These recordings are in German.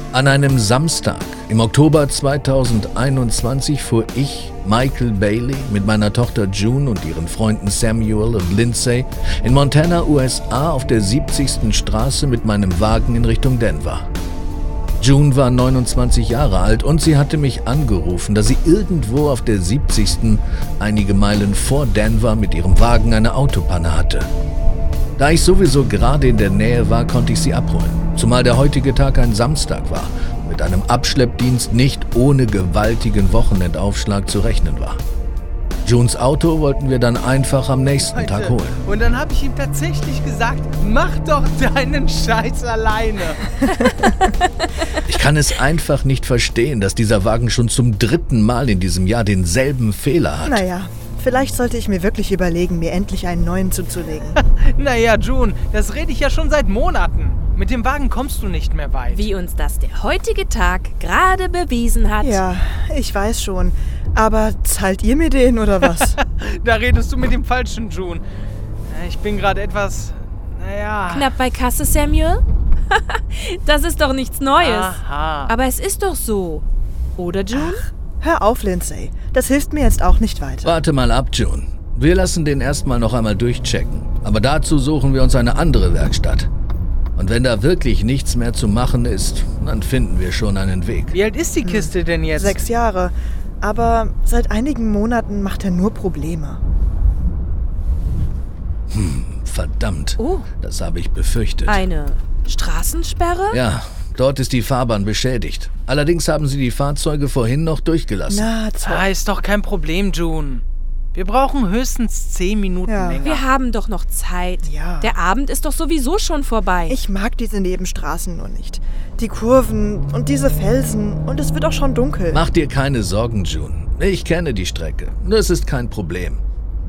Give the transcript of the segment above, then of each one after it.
An einem Samstag im Oktober 2021 fuhr ich, Michael Bailey, mit meiner Tochter June und ihren Freunden Samuel und Lindsay in Montana, USA auf der 70. Straße mit meinem Wagen in Richtung Denver. June war 29 Jahre alt und sie hatte mich angerufen, da sie irgendwo auf der 70. einige Meilen vor Denver mit ihrem Wagen eine Autopanne hatte. Da ich sowieso gerade in der Nähe war, konnte ich sie abholen, zumal der heutige Tag ein Samstag war und mit einem Abschleppdienst nicht ohne gewaltigen Wochenendaufschlag zu rechnen war. Junes Auto wollten wir dann einfach am nächsten Tag holen. Und dann habe ich ihm tatsächlich gesagt, mach doch deinen Scheiß alleine. Ich kann es einfach nicht verstehen, dass dieser Wagen schon zum 3. Mal in diesem Jahr denselben Fehler hat. Naja, vielleicht sollte ich mir wirklich überlegen, mir endlich einen neuen zuzulegen. Naja, June, das rede ich ja schon seit Monaten. Mit dem Wagen kommst du nicht mehr weit. Wie uns das der heutige Tag gerade bewiesen hat. Ja, ich weiß schon. Aber zahlt ihr mir den oder was? Da redest du mit dem Falschen, June. Ich bin gerade etwas, Knapp bei Kasse, Samuel? Das ist doch nichts Neues. Aha. Aber es ist doch so. Oder, June? Hör auf, Lindsay. Das hilft mir jetzt auch nicht weiter. Warte mal ab, June. Wir lassen den erstmal noch einmal durchchecken. Aber dazu suchen wir uns eine andere Werkstatt. Und wenn da wirklich nichts mehr zu machen ist, dann finden wir schon einen Weg. Wie alt ist die Kiste denn jetzt? 6 Jahre. Aber seit einigen Monaten macht er nur Probleme. Verdammt. Oh. Das habe ich befürchtet. Eine Straßensperre? Ja, dort ist die Fahrbahn beschädigt. Allerdings haben sie die Fahrzeuge vorhin noch durchgelassen. Na, toll. Ist doch kein Problem, June. Wir brauchen höchstens 10 Minuten länger. Wir haben doch noch Zeit. Ja. Der Abend ist doch sowieso schon vorbei. Ich mag diese Nebenstraßen nur nicht. Die Kurven und diese Felsen und es wird auch schon dunkel. Mach dir keine Sorgen, June. Ich kenne die Strecke. Das ist kein Problem.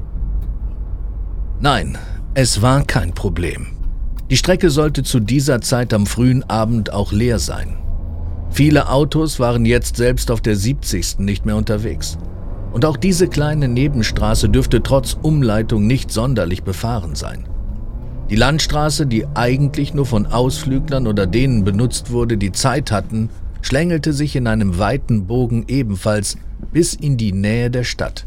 Nein, es war kein Problem. Die Strecke sollte zu dieser Zeit am frühen Abend auch leer sein. Viele Autos waren jetzt selbst auf der 70. nicht mehr unterwegs. Und auch diese kleine Nebenstraße dürfte trotz Umleitung nicht sonderlich befahren sein. Die Landstraße, die eigentlich nur von Ausflüglern oder denen benutzt wurde, die Zeit hatten, schlängelte sich in einem weiten Bogen ebenfalls bis in die Nähe der Stadt.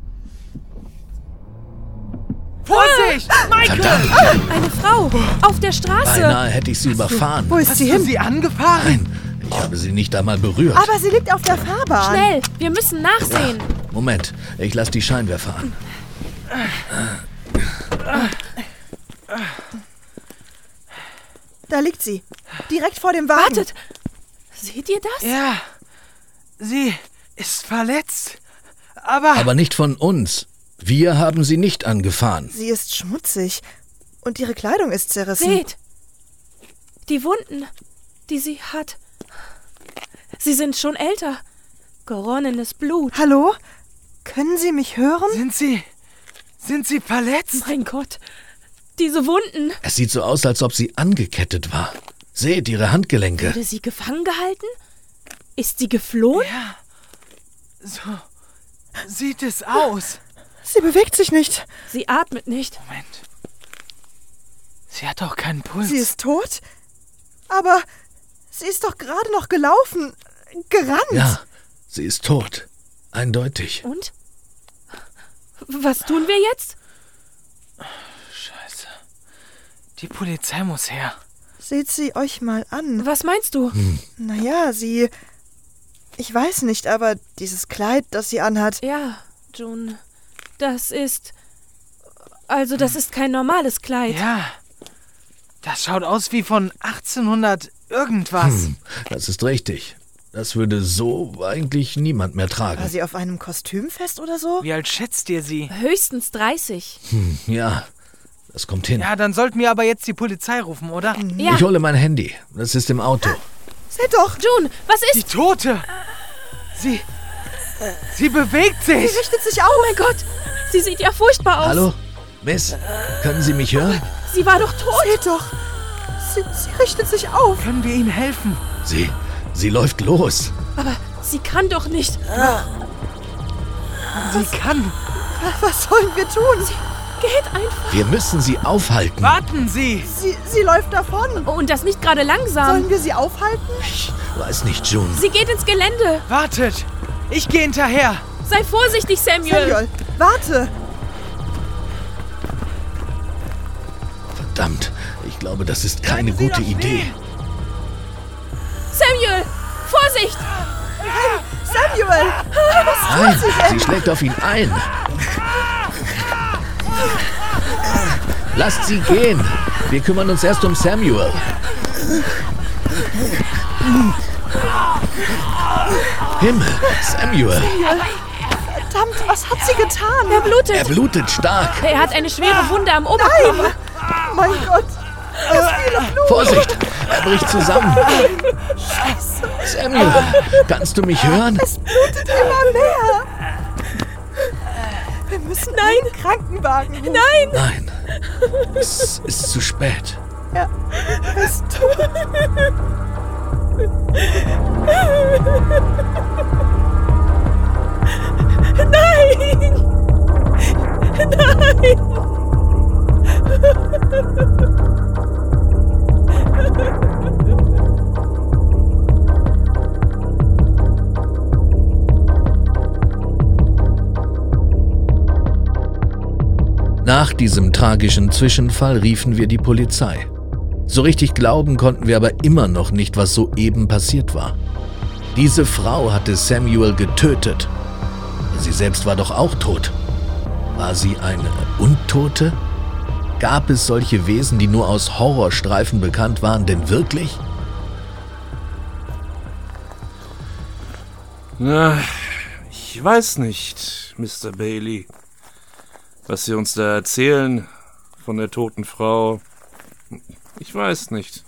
Vorsicht! Michael! Verdammt! Eine Frau auf der Straße. Beinahe hätte ich sie überfahren. Wo ist Hast sie du hin? sie angefahren? Nein, ich habe sie nicht einmal berührt. Aber sie liegt auf der Fahrbahn. Schnell, wir müssen nachsehen. Moment, ich lasse die Scheinwerfer an. Da liegt sie. Direkt vor dem Wagen. Wartet, seht ihr das? Ja, sie ist verletzt. Aber Aber nicht von uns. Wir haben sie nicht angefahren. Sie ist schmutzig. Und ihre Kleidung ist zerrissen. Seht, die Wunden, die sie hat. Sie sind schon älter. Geronnenes Blut. Hallo? Können Sie mich hören? Sind sie verletzt? Mein Gott, diese Wunden. Es sieht so aus, als ob sie angekettet war. Seht ihre Handgelenke. Wurde sie gefangen gehalten? Ist sie geflohen? Ja, so sieht es aus. Sie bewegt sich nicht. Sie atmet nicht. Moment. Sie hat doch keinen Puls. Sie ist tot? Aber sie ist doch gerade noch gelaufen. Gerannt. Ja, sie ist tot. Eindeutig. Und? Was tun wir jetzt? Scheiße. Die Polizei muss her. Seht sie euch mal an. Was meinst du? Naja, sie... Ich weiß nicht, aber dieses Kleid, das sie anhat... Ja, June, das ist... Also, das ist kein normales Kleid. Ja, das schaut aus wie von 1800 irgendwas. Das ist richtig. Das würde so eigentlich niemand mehr War tragen. sie auf einem Kostümfest oder so? Wie alt schätzt ihr sie? Höchstens 30. Ja, das kommt hin. Ja, dann sollten wir aber jetzt die Polizei rufen, oder? Ja, Ich hole mein Handy. Das ist im Auto. Seht doch! June, was Die ist... Tote! Sie bewegt sich! Sie richtet sich auf! Oh mein Gott, sie sieht ja furchtbar aus. Hallo? Miss, können Sie mich hören? Sie war doch tot. Seht doch! Sie richtet sich auf! Können wir Ihnen helfen? Sie läuft los. Aber sie kann doch nicht. Sie kann. Was sollen wir tun? Geht einfach. Wir müssen sie aufhalten. Warten Sie! Sie läuft davon. Oh, und das nicht gerade langsam. Sollen wir sie aufhalten? Ich weiß nicht, June. Sie geht ins Gelände. Wartet! Ich gehe hinterher! Sei vorsichtig, Samuel. Warte. Verdammt, ich glaube, das ist keine gute Idee. Samuel, Vorsicht! Samuel! Nein, sie schlägt auf ihn ein. Lasst sie gehen. Wir kümmern uns erst um Samuel. Himmel, Samuel. Verdammt, was hat sie getan? Er blutet. Er blutet stark. Er hat eine schwere Wunde am Oberkörper. Mein Gott. Vorsicht, er bricht zusammen. Samuel, kannst du mich hören? Es blutet immer mehr. Wir müssen einen Krankenwagen rufen. Nein, es ist zu spät. Er ist tot. Nach diesem tragischen Zwischenfall riefen wir die Polizei. So richtig glauben konnten wir aber immer noch nicht, was soeben passiert war. Diese Frau hatte Samuel getötet. Sie selbst war doch auch tot. War sie eine Untote? Gab es solche Wesen, die nur aus Horrorstreifen bekannt waren, denn wirklich? Na, ich weiß nicht, Mr. Bailey, was Sie uns da erzählen von der toten Frau. Ich weiß nicht.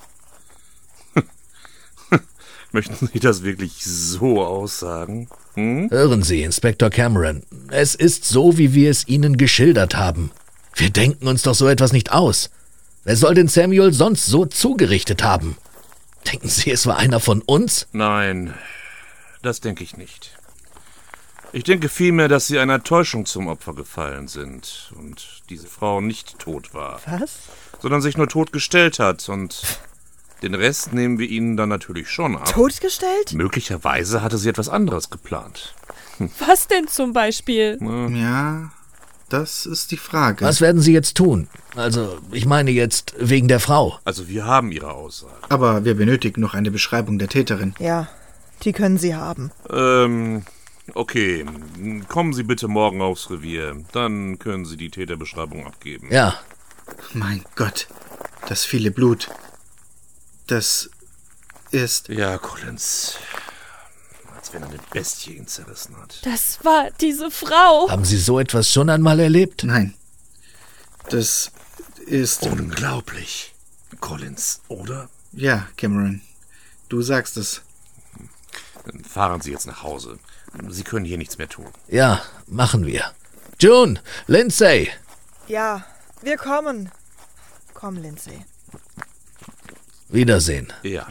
Möchten Sie das wirklich so aussagen? Hören Sie, Inspektor Cameron, es ist so, wie wir es Ihnen geschildert haben. Wir denken uns doch so etwas nicht aus. Wer soll denn Samuel sonst so zugerichtet haben? Denken Sie, es war einer von uns? Nein, das denke ich nicht. Ich denke vielmehr, dass Sie einer Täuschung zum Opfer gefallen sind und diese Frau nicht tot war. Was? Sondern sich nur totgestellt hat und den Rest nehmen wir Ihnen dann natürlich schon ab. Totgestellt? Möglicherweise hatte sie etwas anderes geplant. Was denn zum Beispiel? Ja, das ist die Frage. Was werden Sie jetzt tun? Also, ich meine jetzt wegen der Frau. Also wir haben Ihre Aussage. Aber wir benötigen noch eine Beschreibung der Täterin. Ja, die können Sie haben. Okay. Kommen Sie bitte morgen aufs Revier. Dann können Sie die Täterbeschreibung abgeben. Ja, Mein Gott, das viele Blut. Das ist... Ja, Collins. Als wenn eine Bestie ihn zerrissen hat. Das war diese Frau. haben Sie so etwas schon einmal erlebt? Nein. Das ist... Unglaublich. Collins, oder? Ja, Cameron. Du sagst es. Dann fahren Sie jetzt nach Hause. Sie können hier nichts mehr tun. Ja, machen wir. June, Lindsay, Ja, wir kommen. Komm, Lindsay. Wiedersehen. Ja.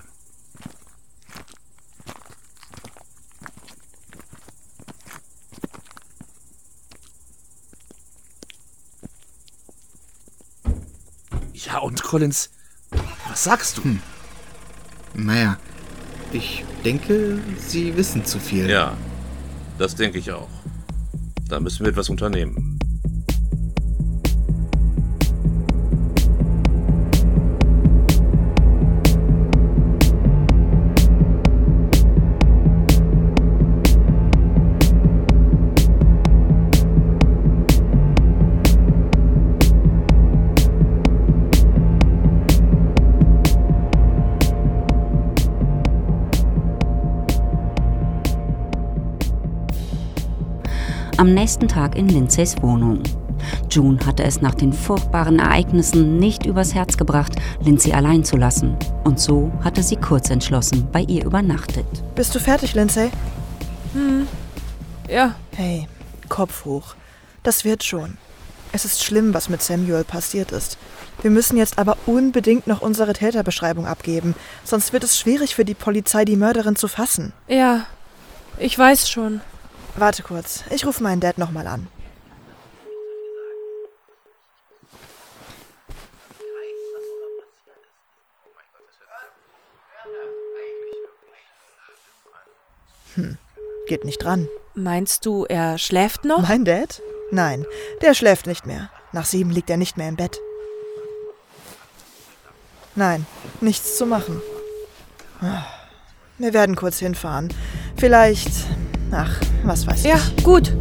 Ja, und Collins, was sagst du? Naja, ich denke, sie wissen zu viel. Ja, das denke ich auch. Da müssen wir etwas unternehmen. Am nächsten Tag in Lindsays Wohnung. June hatte es nach den furchtbaren Ereignissen nicht übers Herz gebracht, Lindsay allein zu lassen. Und so hatte sie kurz entschlossen bei ihr übernachtet. Bist du fertig, Lindsay? Ja, Hey, Kopf hoch. Das wird schon. Es ist schlimm, was mit Samuel passiert ist. Wir müssen jetzt aber unbedingt noch unsere Täterbeschreibung abgeben, sonst wird es schwierig für die Polizei, die Mörderin zu fassen. ja, ich weiß schon. Warte kurz, ich rufe meinen Dad nochmal an. Geht nicht dran. Meinst du, er schläft noch? Mein Dad? Nein, der schläft nicht mehr. Nach 7 liegt er nicht mehr im Bett. Nein, nichts zu machen. Wir werden kurz hinfahren. Vielleicht, was weiß ich. Ja, gut.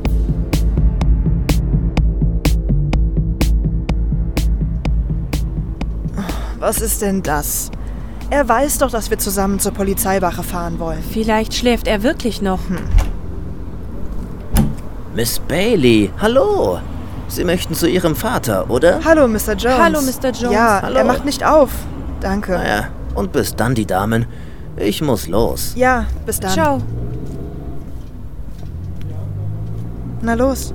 Was ist denn das? Er weiß doch, dass wir zusammen zur Polizeiwache fahren wollen. Vielleicht schläft er wirklich noch. Miss Bailey, hallo. Sie möchten zu Ihrem Vater, oder? Hallo, Mr. Jones. Hallo, Mr. Jones. Ja, Hallo. Er macht nicht auf. Danke. Naja, und bis dann, die Damen. Ich muss los. Ja, bis dann. Ciao. Na los.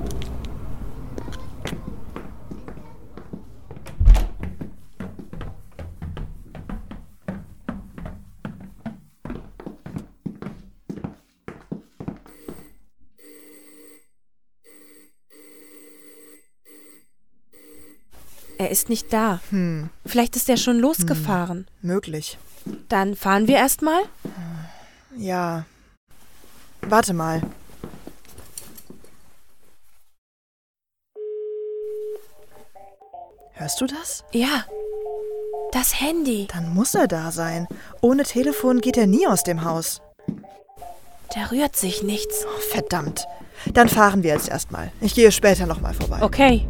Er ist nicht da. Vielleicht ist er schon losgefahren. Möglich. Dann fahren wir erstmal? Ja. Warte mal. Hörst du das? Ja. Das Handy. Dann muss er da sein. Ohne Telefon geht er nie aus dem Haus. Da rührt sich nichts. Oh, verdammt. Dann fahren wir jetzt erstmal. Ich gehe später nochmal vorbei. Okay.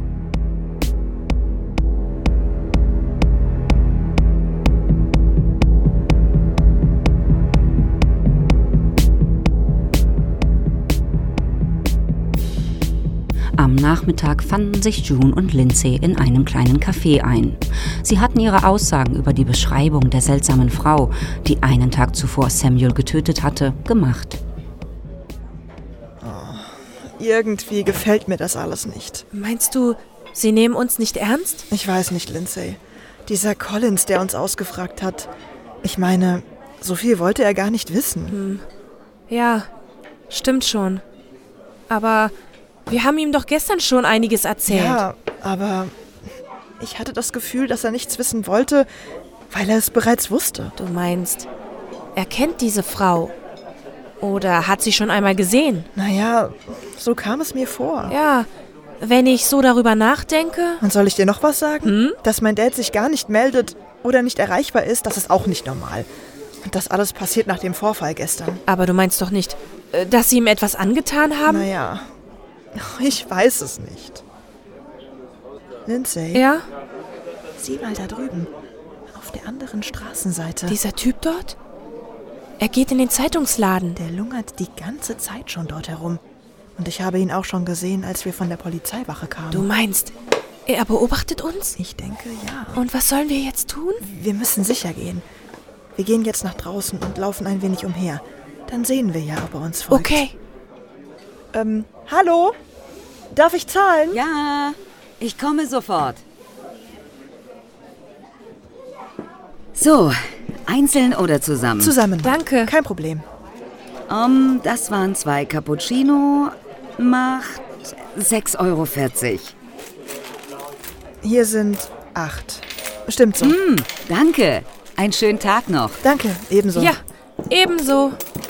Am Nachmittag fanden sich June und Lindsay in einem kleinen Café ein. Sie hatten ihre Aussagen über die Beschreibung der seltsamen Frau, die einen Tag zuvor Samuel getötet hatte, gemacht. Irgendwie gefällt mir das alles nicht. Meinst du, sie nehmen uns nicht ernst? Ich weiß nicht, Lindsay. Dieser Collins, der uns ausgefragt hat. Ich meine, so viel wollte er gar nicht wissen. Ja, stimmt schon. Aber wir haben ihm doch gestern schon einiges erzählt. Ja, aber ich hatte das Gefühl, dass er nichts wissen wollte, weil er es bereits wusste. Du meinst, er kennt diese Frau? Oder hat sie schon einmal gesehen? Naja, so kam es mir vor. Ja, wenn ich so darüber nachdenke... Und soll ich dir noch was sagen? Dass mein Dad sich gar nicht meldet oder nicht erreichbar ist, das ist auch nicht normal. Und das alles passiert nach dem Vorfall gestern. Aber du meinst doch nicht, dass sie ihm etwas angetan haben? Naja, ich weiß es nicht. Lindsay? Ja? Sieh mal da drüben, auf der anderen Straßenseite. Dieser Typ dort? Er geht in den Zeitungsladen. Der lungert die ganze Zeit schon dort herum. Und ich habe ihn auch schon gesehen, als wir von der Polizeiwache kamen. Du meinst, er beobachtet uns? Ich denke, ja. Und was sollen wir jetzt tun? Wir müssen sicher gehen. Wir gehen jetzt nach draußen und laufen ein wenig umher. Dann sehen wir ja, ob er uns folgt. Okay. Hallo? Darf ich zahlen? Ja, ich komme sofort. So, einzeln oder zusammen? Zusammen. Danke. Kein Problem. Das waren 2 Cappuccino, macht 6,40 €. Hier sind 8. Stimmt so. Danke. Einen schönen Tag noch. Danke, ebenso. Ja, ebenso.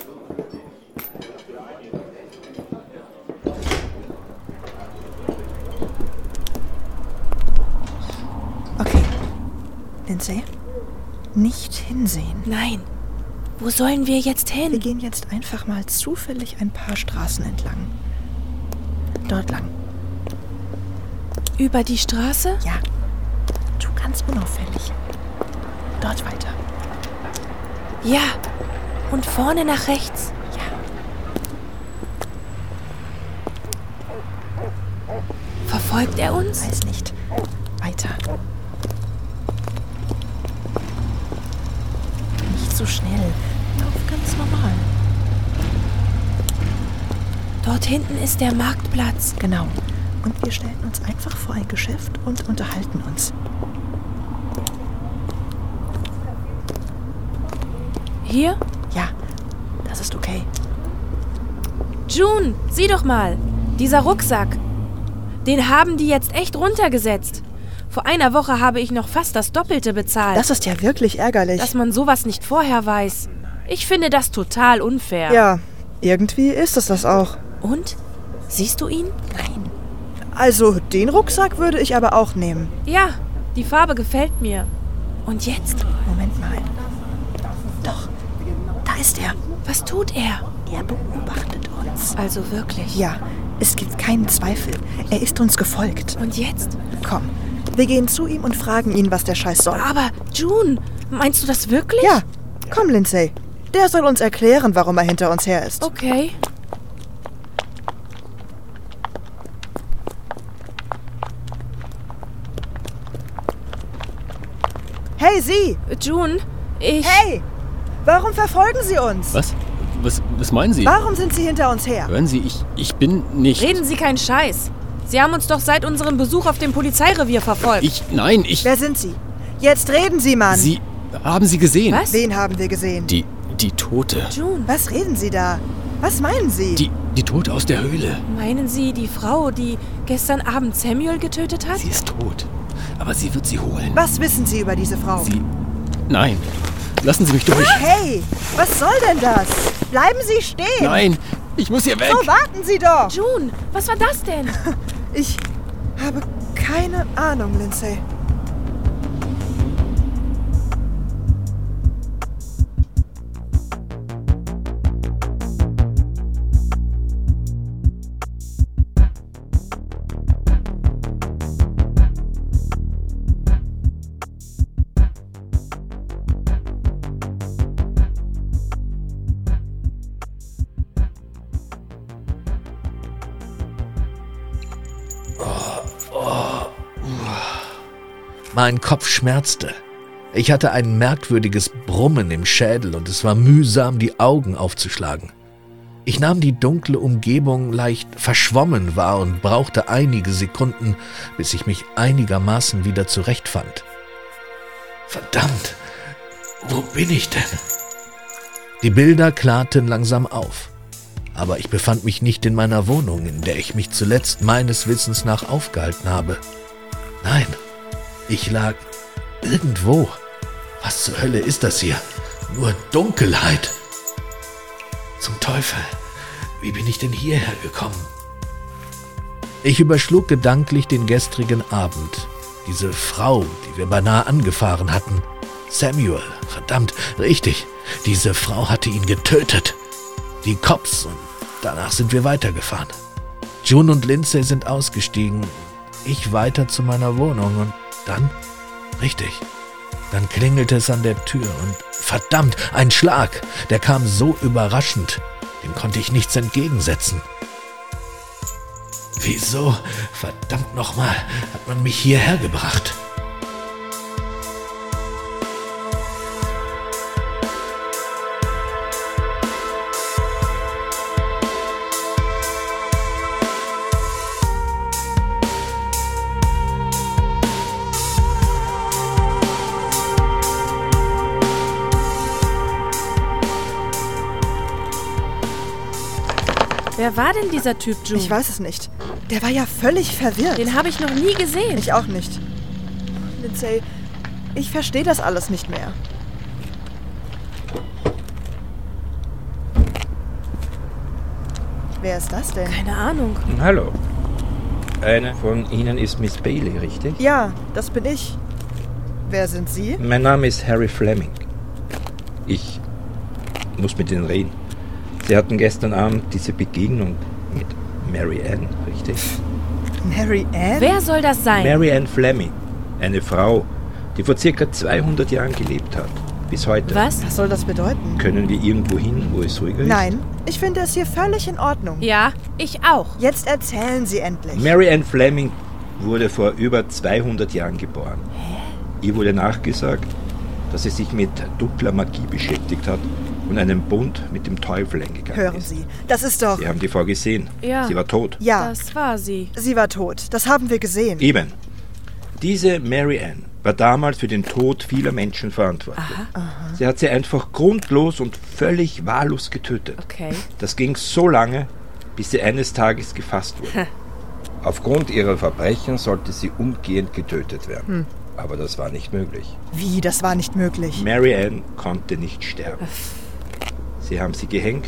Okay. Lindsay, nicht hinsehen. Nein. Wo sollen wir jetzt Wir hin? gehen jetzt einfach mal zufällig ein paar Straßen entlang. Dort lang. Über die Straße? Ja. Tu ganz unauffällig. Dort weiter. Ja. Und vorne nach rechts. Verfolgt er uns? Weiß nicht. Weiter. Nicht so schnell. Lauf ganz normal. Dort hinten ist der Marktplatz. Genau. Und wir stellen uns einfach vor ein Geschäft und unterhalten uns. Hier? Ja, das ist okay. June, sieh doch mal. Dieser Rucksack. Den haben die jetzt echt runtergesetzt. Vor einer Woche habe ich noch fast das Doppelte bezahlt. Das ist ja wirklich ärgerlich. Dass man sowas nicht vorher weiß. Ich finde das total unfair. Ja, Irgendwie ist es das auch. Und? Siehst du ihn? Nein. Also, den Rucksack würde ich aber auch nehmen. Ja, die Farbe gefällt mir. Und jetzt? Moment mal. Doch, da ist er. Was tut er? Er beobachtet uns. Also wirklich? Ja, es gibt keinen Zweifel. Er ist uns gefolgt. Und jetzt? Komm, wir gehen zu ihm und fragen ihn, was der Scheiß soll. Aber, June, meinst du das wirklich? Ja, komm, Lindsay. Der soll uns erklären, warum er hinter uns her ist. Okay. Hey, Sie! June, Hey! Warum verfolgen Sie uns? Was meinen Sie? Warum sind Sie hinter uns her? Hören Sie, ich bin nicht... Reden Sie keinen Scheiß. Sie haben uns doch seit unserem Besuch auf dem Polizeirevier verfolgt. Wer sind Sie? Jetzt reden Sie, Mann! Haben Sie gesehen? Was? Wen haben wir gesehen? Die Tote. June. Was reden Sie da? Was meinen Sie? Die Tote aus der Höhle. Meinen Sie die Frau, die gestern Abend Samuel getötet hat? Sie ist tot. Aber sie wird sie holen. Was wissen Sie über diese Frau? Nein. Lassen Sie mich durch. Hey, was soll denn das? Bleiben Sie stehen. Nein, ich muss hier weg. So, warten Sie doch. June, was war das denn? Ich habe keine Ahnung, Lindsay. Mein Kopf schmerzte. Ich hatte ein merkwürdiges Brummen im Schädel und es war mühsam, die Augen aufzuschlagen. Ich nahm die dunkle Umgebung leicht verschwommen wahr und brauchte einige Sekunden, bis ich mich einigermaßen wieder zurechtfand. Verdammt, wo bin ich denn? Die Bilder klarten langsam auf. Aber ich befand mich nicht in meiner Wohnung, in der ich mich zuletzt meines Wissens nach aufgehalten habe. Nein, ich lag irgendwo. Was zur Hölle ist das hier? Nur Dunkelheit. Zum Teufel, wie bin ich denn hierher gekommen? Ich überschlug gedanklich den gestrigen Abend. Diese Frau, die wir beinahe angefahren hatten. Samuel, verdammt, richtig. Diese Frau hatte ihn getötet. Die Cops und danach sind wir weitergefahren. June und Lindsay sind ausgestiegen. Ich weiter zu meiner Wohnung und dann, richtig, dann klingelte es an der Tür und verdammt, ein Schlag, der kam so überraschend, dem konnte ich nichts entgegensetzen. Wieso, verdammt nochmal, hat man mich hierher gebracht? Wer war denn dieser Typ, June? Ich weiß es nicht. Der war ja völlig verwirrt. Den habe ich noch nie gesehen. Ich auch nicht. Lindsay, ich verstehe das alles nicht mehr. Wer ist das denn? Keine Ahnung. Hallo. Eine von Ihnen ist Miss Bailey, richtig? Ja, das bin ich. Wer sind Sie? Mein Name ist Harry Fleming. Ich muss mit Ihnen reden. Sie hatten gestern Abend diese Begegnung mit Mary Ann, richtig? Mary Ann? Wer soll das sein? Mary Ann Fleming. Eine Frau, die vor ca. 200 Jahren gelebt hat. Bis heute. Was? Was soll das bedeuten? Können wir irgendwo hin, wo es ruhiger ist? Nein, ich finde es hier völlig in Ordnung. Ja, ich auch. Jetzt erzählen Sie endlich. Mary Ann Fleming wurde vor über 200 Jahren geboren. Ihr wurde nachgesagt, dass sie sich mit dunkler Magie beschäftigt hat und einen Bund mit dem Teufel eingegangen Hören ist. Sie, das ist doch... Sie haben die Frau gesehen. Ja. Sie war tot. Ja, Das war sie. sie war tot. Das haben wir gesehen. Eben. Diese Mary Ann war damals für den Tod vieler Menschen verantwortlich. Sie hat sie einfach grundlos und völlig wahllos getötet. Okay. Das ging so lange, bis sie eines Tages gefasst wurde. Aufgrund ihrer Verbrechen sollte sie umgehend getötet werden. Aber das war nicht möglich. Wie, das war nicht möglich? Mary Ann konnte nicht sterben. Sie haben sie gehängt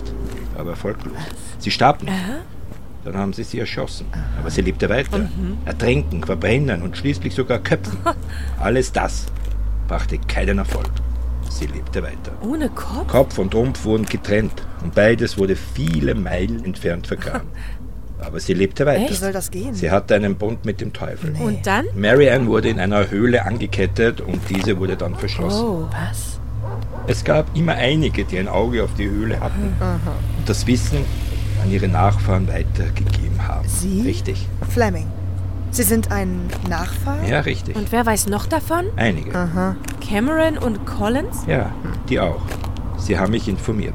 aber erfolglos. Sie starb nicht. Dann haben sie erschossen. Aber sie lebte weiter. Ertränken, verbrennen und schließlich sogar köpfen. Alles das brachte keinen Erfolg. Sie lebte weiter. Ohne Kopf? Kopf und Rumpf wurden getrennt und beides wurde viele Meilen entfernt vergraben. Aber sie lebte weiter. Wie soll das gehen? Sie hatte einen Bund mit dem Teufel. Nee. Und dann? Mary Ann wurde in einer Höhle angekettet und diese wurde dann verschlossen. Oh. Was? Es gab immer einige, die ein Auge auf die Höhle hatten und das Wissen an ihre Nachfahren weitergegeben haben. Sie? Richtig. Fleming. Sie sind ein Nachfahr? Ja, richtig. Und wer weiß noch davon? Einige. Cameron und Collins? Ja, die auch. Sie haben mich informiert.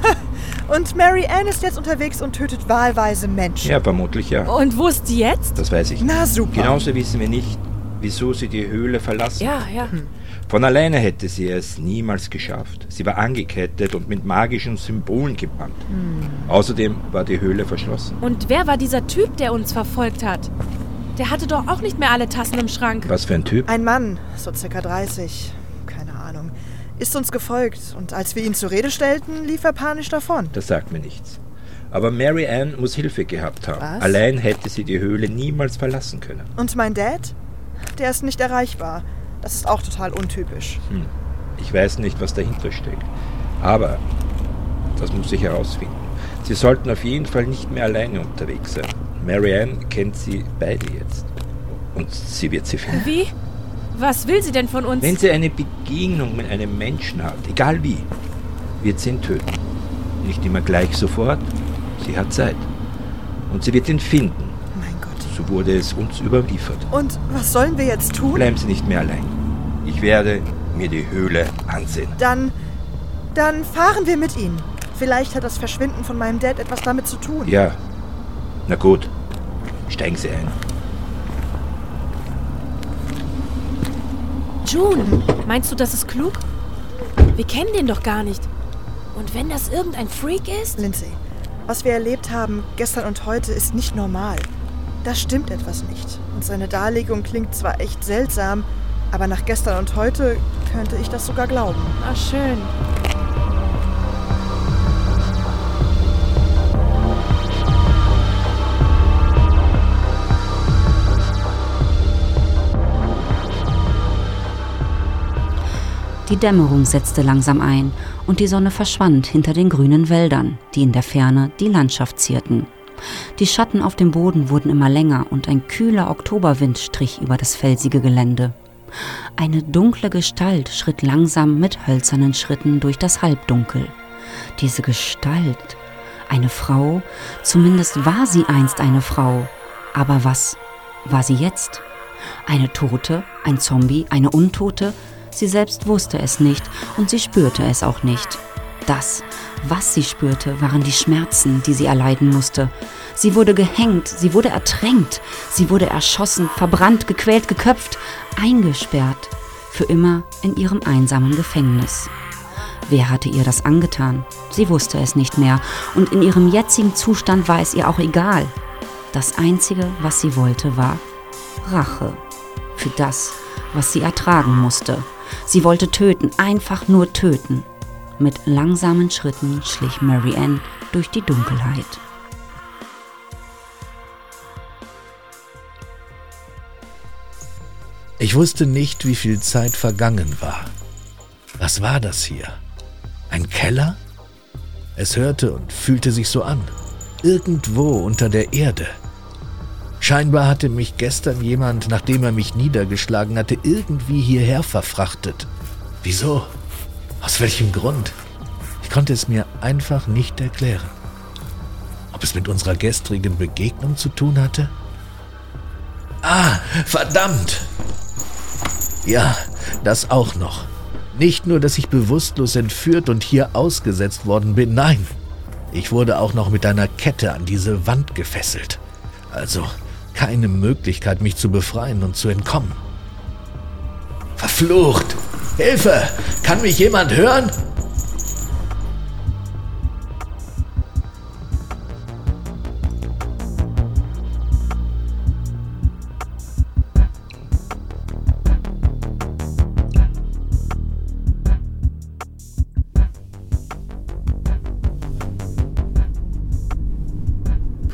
Und Mary Ann ist jetzt unterwegs und tötet wahlweise Menschen. Ja, vermutlich ja. Und wo ist die jetzt? Das weiß ich nicht. Na super. Genauso wissen wir nicht, wieso sie die Höhle verlassen hat. Ja. Von alleine hätte sie es niemals geschafft. Sie war angekettet und mit magischen Symbolen gebannt. Außerdem war die Höhle verschlossen. Und wer war dieser Typ, der uns verfolgt hat? Der hatte doch auch nicht mehr alle Tassen im Schrank. Was für ein Typ? Ein Mann, so circa 30, keine Ahnung, ist uns gefolgt und als wir ihn zur Rede stellten, lief er panisch davon. Das sagt mir nichts. Aber Mary Ann muss Hilfe gehabt haben. Was? Allein hätte sie die Höhle niemals verlassen können. Und mein Dad? Der ist nicht erreichbar. Das ist auch total untypisch. Ich weiß nicht, was dahinter steckt. Aber das muss ich herausfinden. Sie sollten auf jeden Fall nicht mehr alleine unterwegs sein. Mary Ann kennt sie beide jetzt. Und sie wird sie finden. Wie? Was will sie denn von uns? Wenn sie eine Begegnung mit einem Menschen hat, egal wie, wird sie ihn töten. Nicht immer gleich sofort. Sie hat Zeit. Und sie wird ihn finden. Mein Gott. So wurde es uns überliefert. Und was sollen wir jetzt tun? Bleiben Sie nicht mehr allein. Ich werde mir die Höhle ansehen. Dann fahren wir mit Ihnen. Vielleicht hat das Verschwinden von meinem Dad etwas damit zu tun. Ja. Na gut. Steigen Sie ein. June, meinst du, das ist klug? Wir kennen den doch gar nicht. Und wenn das irgendein Freak ist? Lindsay, was wir erlebt haben gestern und heute ist nicht normal. Da stimmt etwas nicht. Und seine Darlegung klingt zwar echt seltsam, aber nach gestern und heute könnte ich das sogar glauben. Ah, schön. Die Dämmerung setzte langsam ein und die Sonne verschwand hinter den grünen Wäldern, die in der Ferne die Landschaft zierten. Die Schatten auf dem Boden wurden immer länger und ein kühler Oktoberwind strich über das felsige Gelände. Eine dunkle Gestalt schritt langsam mit hölzernen Schritten durch das Halbdunkel. Diese Gestalt, eine Frau, zumindest war sie einst eine Frau. Aber was war sie jetzt? Eine Tote, ein Zombie, eine Untote? Sie selbst wusste es nicht und sie spürte es auch nicht. Das, was sie spürte, waren die Schmerzen, die sie erleiden musste. Sie wurde gehängt, sie wurde ertränkt, sie wurde erschossen, verbrannt, gequält, geköpft, eingesperrt, für immer in ihrem einsamen Gefängnis. Wer hatte ihr das angetan? Sie wusste es nicht mehr und in ihrem jetzigen Zustand war es ihr auch egal. Das Einzige, was sie wollte, war Rache für das, was sie ertragen musste. Sie wollte töten, einfach nur töten. Mit langsamen Schritten schlich Mary Ann durch die Dunkelheit. Ich wusste nicht, wie viel Zeit vergangen war. Was war das hier? Ein Keller? Es hörte und fühlte sich so an. Irgendwo unter der Erde. Scheinbar hatte mich gestern jemand, nachdem er mich niedergeschlagen hatte, irgendwie hierher verfrachtet. Wieso? Aus welchem Grund? Ich konnte es mir einfach nicht erklären. Ob es mit unserer gestrigen Begegnung zu tun hatte? Ah, verdammt! Ja, das auch noch. Nicht nur, dass ich bewusstlos entführt und hier ausgesetzt worden bin, nein. Ich wurde auch noch mit einer Kette an diese Wand gefesselt. Also keine Möglichkeit, mich zu befreien und zu entkommen. Verflucht! Hilfe! Kann mich jemand hören?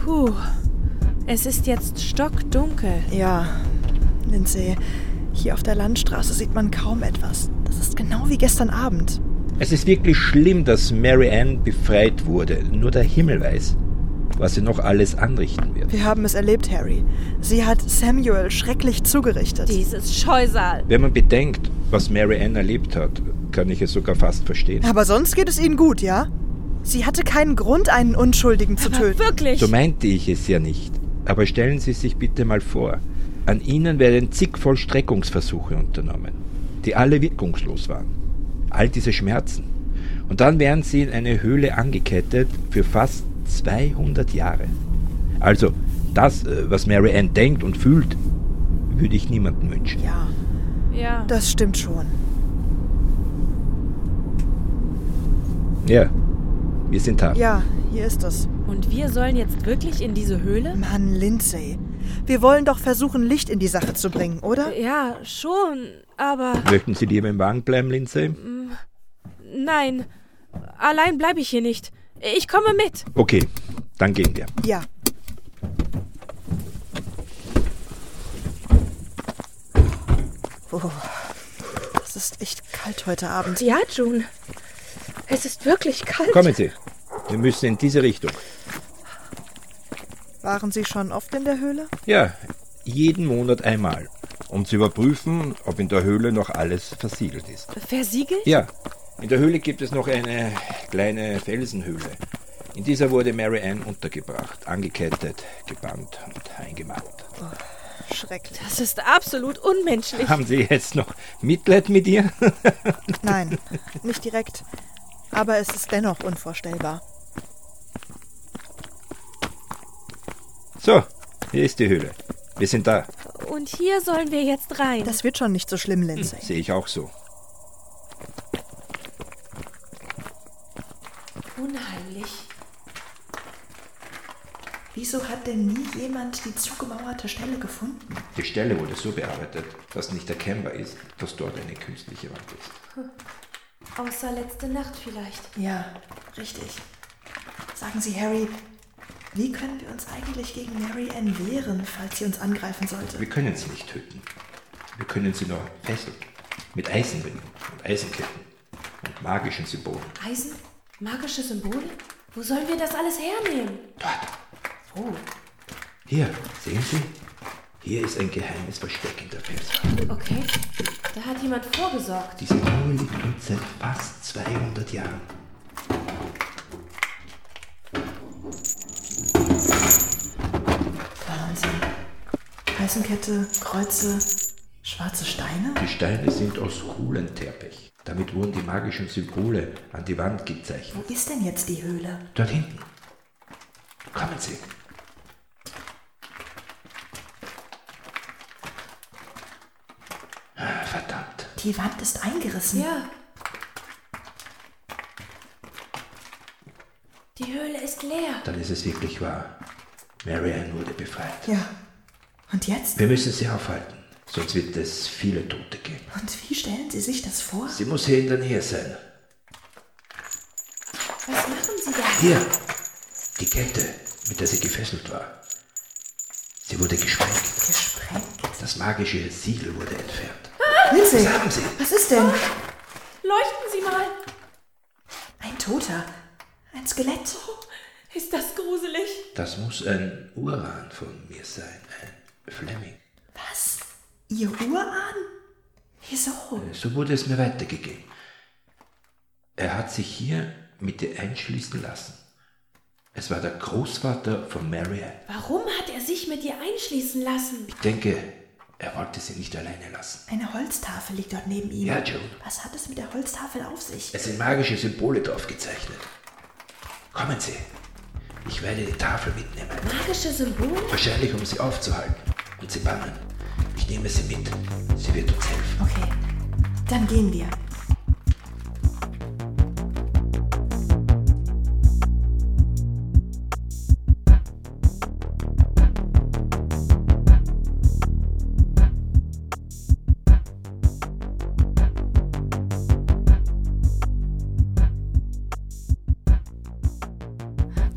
Puh, es ist jetzt stockdunkel. Ja, Lindsay, hier auf der Landstraße sieht man kaum etwas. Das ist genau wie gestern Abend. Es ist wirklich schlimm, dass Mary Ann befreit wurde. Nur der Himmel weiß, was sie noch alles anrichten wird. Wir haben es erlebt, Harry. Sie hat Samuel schrecklich zugerichtet. Dieses Scheusal. Wenn man bedenkt, was Mary Ann erlebt hat, kann ich es sogar fast verstehen. Aber sonst geht es Ihnen gut, ja? Sie hatte keinen Grund, einen Unschuldigen zu töten. Wirklich? So meinte ich es ja nicht. Aber stellen Sie sich bitte mal vor, an Ihnen werden zig Vollstreckungsversuche unternommen, die alle wirkungslos waren. All diese Schmerzen. Und dann werden Sie in eine Höhle angekettet für fast 200 Jahre. Also, das, was Mary Ann denkt und fühlt, würde ich niemandem wünschen. Ja, das stimmt schon. Ja, wir sind da. Ja, hier ist es. Und wir sollen jetzt wirklich in diese Höhle? Mann, Lindsay. Wir wollen doch versuchen, Licht in die Sache zu bringen, oder? Ja, schon, aber... Möchten Sie lieber im Wagen bleiben, Lindsay? Nein, allein bleibe ich hier nicht. Ich komme mit. Okay, dann gehen wir. Ja. Oh, es ist echt kalt heute Abend. Ja, June. Es ist wirklich kalt. Kommen Sie. Wir müssen in diese Richtung. Waren Sie schon oft in der Höhle? Ja, jeden Monat einmal. Um zu überprüfen, ob in der Höhle noch alles versiegelt ist. Versiegelt? Ja, in der Höhle gibt es noch eine kleine Felsenhöhle. In dieser wurde Mary Ann untergebracht, angekettet, gebannt und eingemauert. Oh, schrecklich. Das ist absolut unmenschlich. Haben Sie jetzt noch Mitleid mit ihr? Nein, nicht direkt. Aber es ist dennoch unvorstellbar. So, hier ist die Höhle. Wir sind da. Und hier sollen wir jetzt rein. Das wird schon nicht so schlimm, Lindsay. Sehe ich auch so. Unheimlich. Wieso hat denn nie jemand die zugemauerte Stelle gefunden? Die Stelle wurde so bearbeitet, dass nicht erkennbar ist, dass dort eine künstliche Wand ist. Außer letzte Nacht vielleicht. Ja, richtig. Sagen Sie, Harry, wie können wir uns eigentlich gegen Mary Ann wehren, falls sie uns angreifen sollte? Wir können sie nicht töten. Wir können sie nur fesseln. Mit Eisenringen und Eisenketten und magischen Symbolen. Eisen? Magische Symbole? Wo sollen wir das alles hernehmen? Dort. Wo? Hier, sehen Sie? Hier ist ein geheimes Versteck in der Felswand. Okay, da hat jemand vorgesorgt. Diese Truhe liegt uns seit fast 200 Jahren. Wahnsinn. Eisenkette, Kreuze, schwarze Steine? Die Steine sind aus Kuhlenteppich. Damit wurden die magischen Symbole an die Wand gezeichnet. Wo ist denn jetzt die Höhle? Dort hinten. Kommen Sie. Verdammt. Die Wand ist eingerissen. Ja. Die Höhle ist leer. Dann ist es wirklich wahr. Mary Ann wurde befreit. Ja. Und jetzt? Wir müssen sie aufhalten, sonst wird es viele Tote geben. Und wie stellen Sie sich das vor? Sie muss hier in der Nähe sein. Was machen Sie da? Hier, die Kette, mit der sie gefesselt war. Sie wurde gesprengt. Gesprengt? Das magische Siegel wurde entfernt. Lindsay, Was haben Sie? was ist denn? Leuchten Sie mal. Ein Toter. Ein Skelett. Oh, ist das gruselig? Das muss ein Urahn von mir sein, ein Fleming. Was? Ihr Urahn? Wieso? So wurde es mir weitergegeben. Er hat sich hier mit ihr einschließen lassen. Es war der Großvater von Mary Ann. Warum hat er sich mit ihr einschließen lassen? Ich denke, er wollte sie nicht alleine lassen. Eine Holztafel liegt dort neben ihm. Ja, Joan. Was hat es mit der Holztafel auf sich? Es sind magische Symbole drauf gezeichnet. Kommen Sie. Ich werde die Tafel mitnehmen. Magische Symbole? Wahrscheinlich, um sie aufzuhalten und sie bannen. Ich nehme sie mit. Sie wird uns helfen. Okay, dann gehen wir.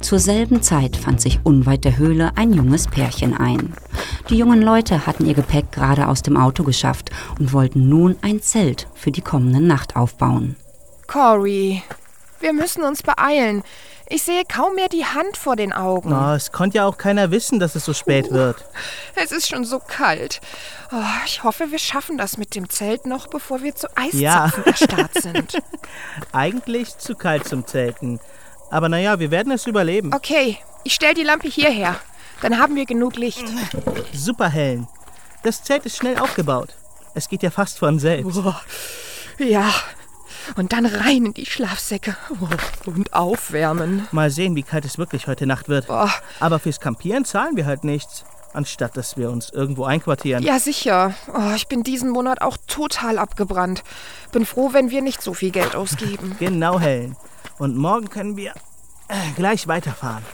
Zur selben Zeit fand sich unweit der Höhle ein junges Pärchen ein. Die jungen Leute hatten ihr Gepäck gerade aus dem Auto geschafft und wollten nun ein Zelt für die kommende Nacht aufbauen. Cory, wir müssen uns beeilen. Ich sehe kaum mehr die Hand vor den Augen. Oh, es konnte ja auch keiner wissen, dass es so spät wird. Es ist schon so kalt. Oh, ich hoffe, wir schaffen das mit dem Zelt noch, bevor wir zu Eiszapfen erstarrt sind. Eigentlich zu kalt zum Zelten. Aber naja, wir werden es überleben. Okay, ich stelle die Lampe hierher. Dann haben wir genug Licht. Super, Helen. Das Zelt ist schnell aufgebaut. Es geht ja fast von selbst. Oh, ja, und dann rein in die Schlafsäcke und aufwärmen. Mal sehen, wie kalt es wirklich heute Nacht wird. Oh. Aber fürs Campieren zahlen wir halt nichts, anstatt dass wir uns irgendwo einquartieren. Ja, sicher. Oh, ich bin diesen Monat auch total abgebrannt. Bin froh, wenn wir nicht so viel Geld ausgeben. Genau, Helen. Und morgen können wir gleich weiterfahren.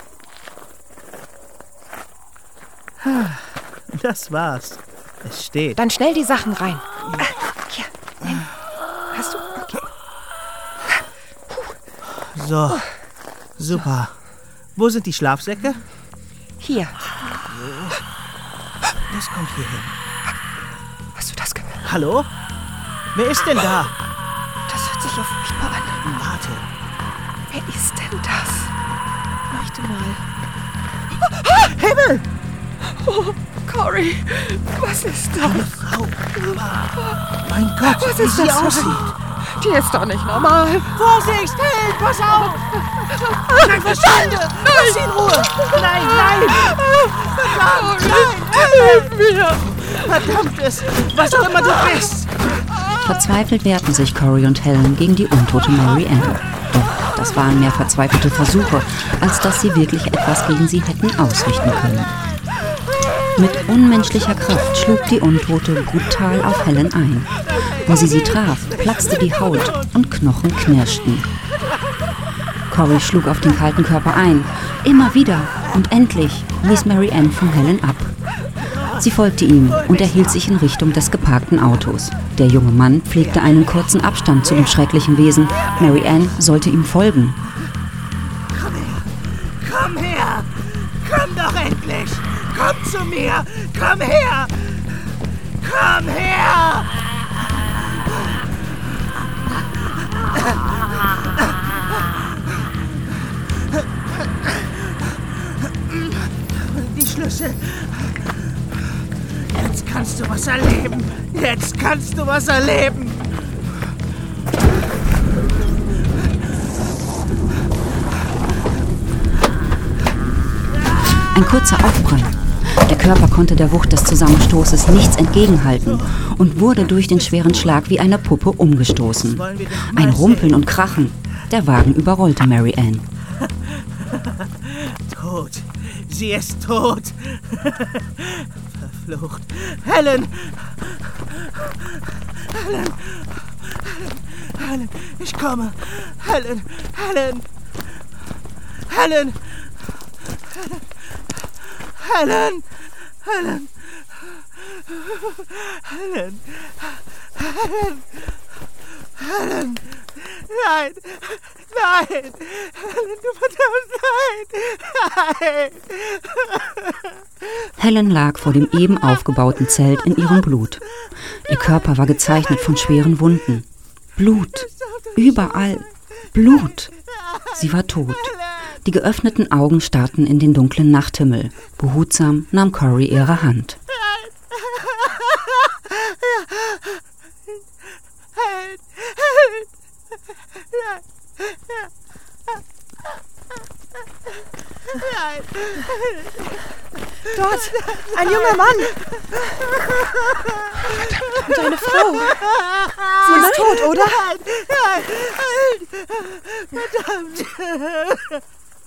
Das war's. Es steht. Dann schnell die Sachen rein. Hier. Hast du? Okay. So. Super. Wo sind die Schlafsäcke? Hier. Das kommt hier hin. Hast du das gehört? Hallo? Wer ist denn da? Das hört sich ja furchtbar an. Warte. Wer ist denn das? Leuchte mal. Himmel! Oh, Cory, was ist das? Eine Frau. Mein Gott, was wie ist sie das aussieht. Die ist doch nicht normal. Vorsicht, Helen, pass auf! Nein, verschwinde! Lass sie in Ruhe! Nein, nein! Verdammt, nein! Hilf mir! Verdammt es! Was auch immer du bist! Verzweifelt wehrten sich Cory und Helen gegen die untote Mary Ann. Doch das waren mehr verzweifelte Versuche, als dass sie wirklich etwas gegen sie hätten ausrichten können. Mit unmenschlicher Kraft schlug die Untote brutal auf Helen ein. Wo sie traf, platzte die Haut und Knochen knirschten. Cory schlug auf den kalten Körper ein, immer wieder, und endlich ließ Mary Ann von Helen ab. Sie folgte ihm und erhielt sich in Richtung des geparkten Autos. Der junge Mann pflegte einen kurzen Abstand zu dem schrecklichen Wesen. Mary Ann sollte ihm folgen. Komm her! Komm doch endlich! Komm zu mir! Komm her! Komm her! Die Schlüssel. Jetzt kannst du was erleben. Jetzt kannst du was erleben. Ein kurzer Aufprall. Der Körper konnte der Wucht des Zusammenstoßes nichts entgegenhalten und wurde durch den schweren Schlag wie eine Puppe umgestoßen. Ein Rumpeln und Krachen. Der Wagen überrollte Mary Ann. Tot. Sie ist tot. Verflucht. Helen! Helen! Helen! Ich komme! Helen! Helen! Helen! Helen! Helen! Helen! Helen! Helen! Nein! Nein! Helen, du verdammt, nein! Nein! Helen lag vor dem eben aufgebauten Zelt in ihrem Blut. Ihr Körper war gezeichnet von schweren Wunden. Blut. Überall. Blut. Sie war tot. Die geöffneten Augen starrten in den dunklen Nachthimmel. Behutsam nahm Cory ihre Hand. Dort, ein junger Mann. Und eine Frau. Sie ist tot, oder? Verdammt.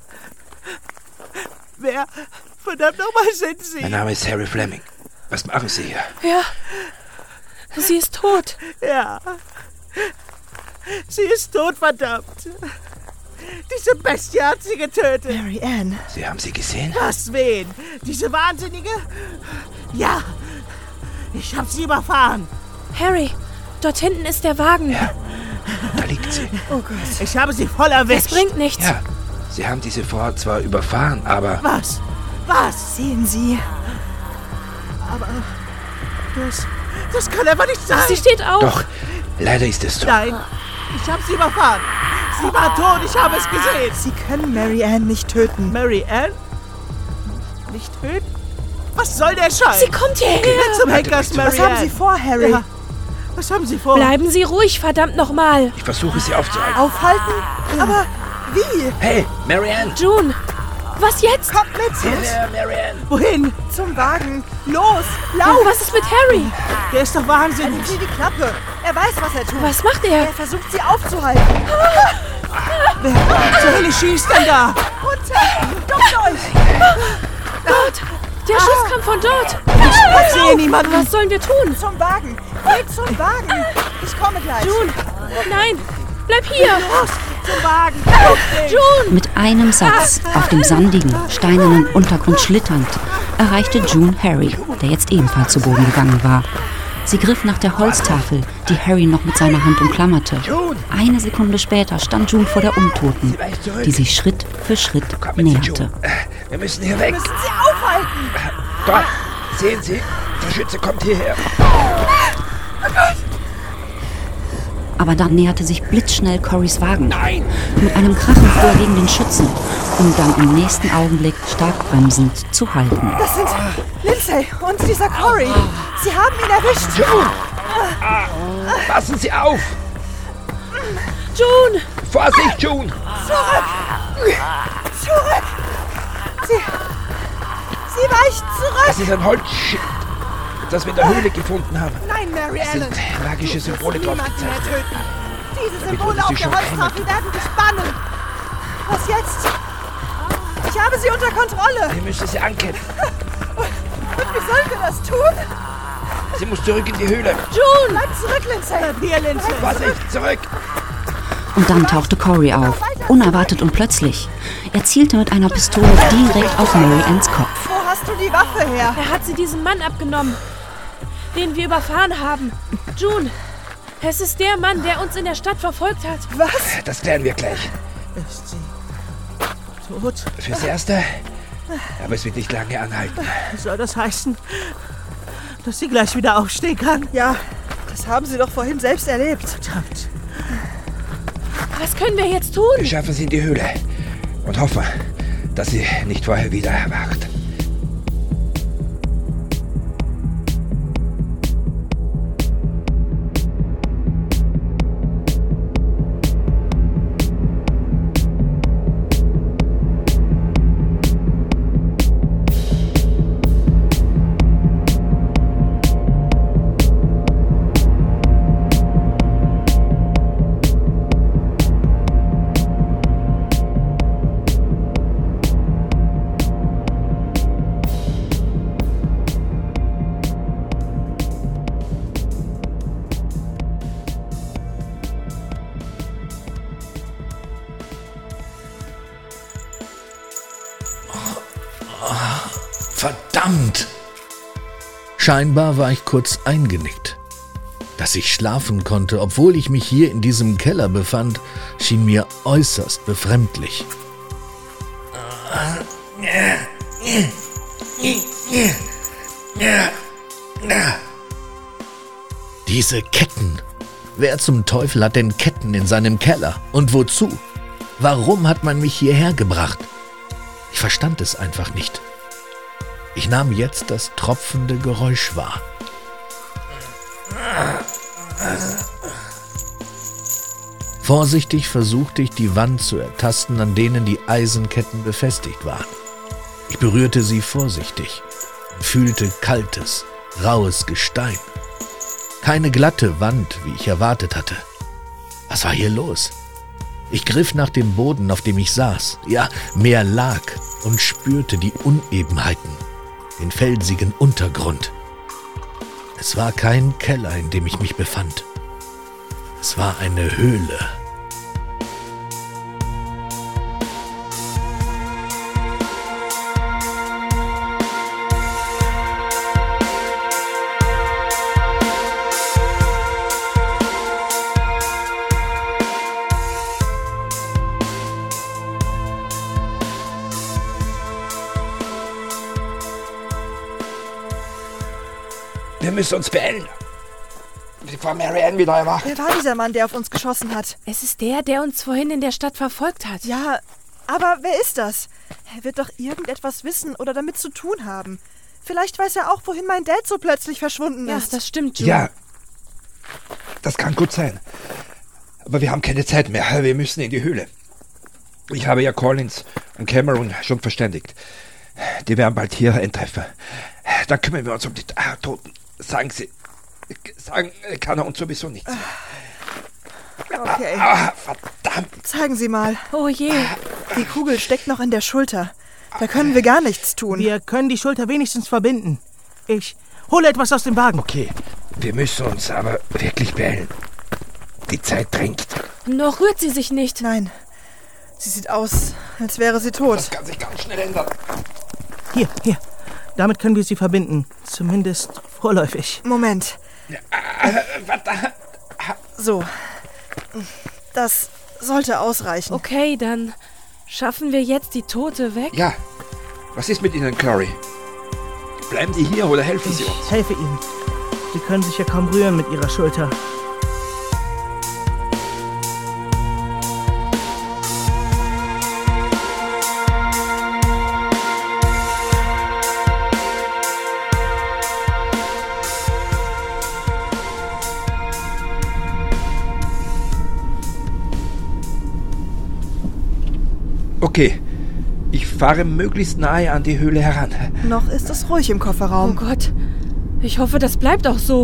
Wer, verdammt nochmal, sind Sie? Mein Name ist Harry Fleming. Was machen Sie hier? Ja, sie ist tot. Ja, sie ist tot, verdammt. Diese Bestie hat sie getötet. Mary Ann. Sie haben sie gesehen? Was, wen? Diese Wahnsinnige? Ja, ich habe sie überfahren. Harry, dort hinten ist der Wagen. Ja, da liegt sie. Oh Gott. Ich habe sie voll erwischt. Es bringt nichts. Ja, Sie haben diese Frau zwar überfahren, aber... Was? Sehen Sie? Aber das kann einfach nicht sein. Sie steht auf. Doch, leider ist es so. Nein, ich habe sie überfahren. Sie war tot, ich habe es gesehen. Sie können Mary Ann nicht töten. Mary Ann? Nicht töten? Was soll der Scheiß? Sie kommt hierher. Geh zum Henkers, Mary Ann. Was haben Sie vor, Harry? Ja. Was haben Sie vor? Bleiben Sie ruhig, verdammt nochmal. Ich versuche, sie aufzuhalten. Aufhalten? Aber wie? Hey, Mary Ann! June, was jetzt? Kommt mit! Hierher, Mary Ann! Wohin? Zum Wagen! Los! Lauf! Oh, was ist mit Harry? Der ist doch wahnsinnig. Halten Sie die Klappe! Er weiß, was er tut. Was macht er? Er versucht, sie aufzuhalten. Wer zur Hölle schießt denn da? Runter! Duckt euch! Dort! Der Schuss kam von dort! Ich sehe niemanden. Was sollen wir tun? Zum Wagen! Geht zum Wagen! Ich komme gleich. June! Nein! Bleib hier! Los, zum Wagen! June! Mit einem Satz auf dem sandigen, steinernen Untergrund schlitternd, erreichte June Harry, der jetzt ebenfalls zu Boden gegangen war. Sie griff nach der Holztafel, die Harry noch mit seiner Hand umklammerte. Eine Sekunde später stand June vor der Untoten, die sich Schritt für Schritt näherte. Wir müssen hier weg. Wir müssen sie aufhalten! Dort, sehen Sie, der Schütze kommt hierher. Aber dann näherte sich blitzschnell Corys Wagen. Nein! Mit einem Krachen fuhr er gegen den Schützen, um dann im nächsten Augenblick stark bremsend zu halten. Das sind Lindsay und dieser Cory. Sie haben ihn erwischt. June! Passen Sie auf! June! Vorsicht, June! Zurück! Sie weicht zurück! Das ist ein Holzschild, das wir in der Höhle gefunden haben. Nein, Mary Es sind Ellen! magische Symbole drauf Niemanden mehr gezeichnet. töten! Diese Damit Symbole würde auf sie der schon keiner Holztafel werden dich bannen! Was jetzt? Ich habe sie unter Kontrolle! Wir müssen sie anketten. Und wie sollen wir das tun? Sie muss zurück in die Höhle. June! Bleib zurück, Lindsay! Hier, Lindsay. Vorsicht, zurück! Und dann tauchte Cory auf, unerwartet und plötzlich. Er zielte mit einer Pistole direkt auf Mary Anns Kopf. Wo hast du die Waffe her? Er hat sie diesem Mann abgenommen, den wir überfahren haben. June, es ist der Mann, der uns in der Stadt verfolgt hat. Was? Das klären wir gleich. Ist sie tot? Fürs Erste, aber es wird nicht lange anhalten. Soll das heißen, dass sie gleich wieder aufstehen kann? Ja, das haben sie doch vorhin selbst erlebt. Verdammt. Was können wir jetzt tun? Wir schaffen sie in die Höhle und hoffen, dass sie nicht vorher wieder erwacht. Verdammt! Scheinbar war ich kurz eingenickt. Dass ich schlafen konnte, obwohl ich mich hier in diesem Keller befand, schien mir äußerst befremdlich. Diese Ketten. Wer zum Teufel hat denn Ketten in seinem Keller? Und wozu? Warum hat man mich hierher gebracht? Ich verstand es einfach nicht. Ich nahm jetzt das tropfende Geräusch wahr. Vorsichtig versuchte ich, die Wand zu ertasten, an denen die Eisenketten befestigt waren. Ich berührte sie vorsichtig und fühlte kaltes, raues Gestein. Keine glatte Wand, wie ich erwartet hatte. Was war hier los? Ich griff nach dem Boden, auf dem ich saß, ja, mehr lag, und spürte die Unebenheiten, den felsigen Untergrund. Es war kein Keller, in dem ich mich befand. Es war eine Höhle. Wir müssen uns beeilen. Bevor Mary Ann wieder erwacht. Wer war dieser Mann, der auf uns geschossen hat? Es ist der uns vorhin in der Stadt verfolgt hat. Ja, aber wer ist das? Er wird doch irgendetwas wissen oder damit zu tun haben. Vielleicht weiß er auch, wohin mein Dad so plötzlich verschwunden ist. Ja, das stimmt, June. Ja, das kann gut sein. Aber wir haben keine Zeit mehr. Wir müssen in die Höhle. Ich habe ja Collins und Cameron schon verständigt. Die werden bald hier eintreffen. Dann kümmern wir uns um die Toten. Sagen kann er uns sowieso nichts mehr. Okay. Verdammt. Zeigen Sie mal. Oh je. Die Kugel steckt noch in der Schulter. Da können wir gar nichts tun. Wir können die Schulter wenigstens verbinden. Ich hole etwas aus dem Wagen. Okay, wir müssen uns aber wirklich beeilen. Die Zeit drängt. Noch rührt sie sich nicht. Nein, sie sieht aus, als wäre sie tot. Das kann sich ganz schnell ändern. Hier. Damit können wir sie verbinden. Zumindest vorläufig. Moment. Verdammt. So. Das sollte ausreichen. Okay, dann schaffen wir jetzt die Tote weg? Ja. Was ist mit Ihnen, Curry? Bleiben Sie hier oder helfen Sie uns? Ich helfe Ihnen. Sie können sich ja kaum rühren mit Ihrer Schulter. Okay, ich fahre möglichst nahe an die Höhle heran. Noch ist es ruhig im Kofferraum. Oh Gott, ich hoffe, das bleibt auch so.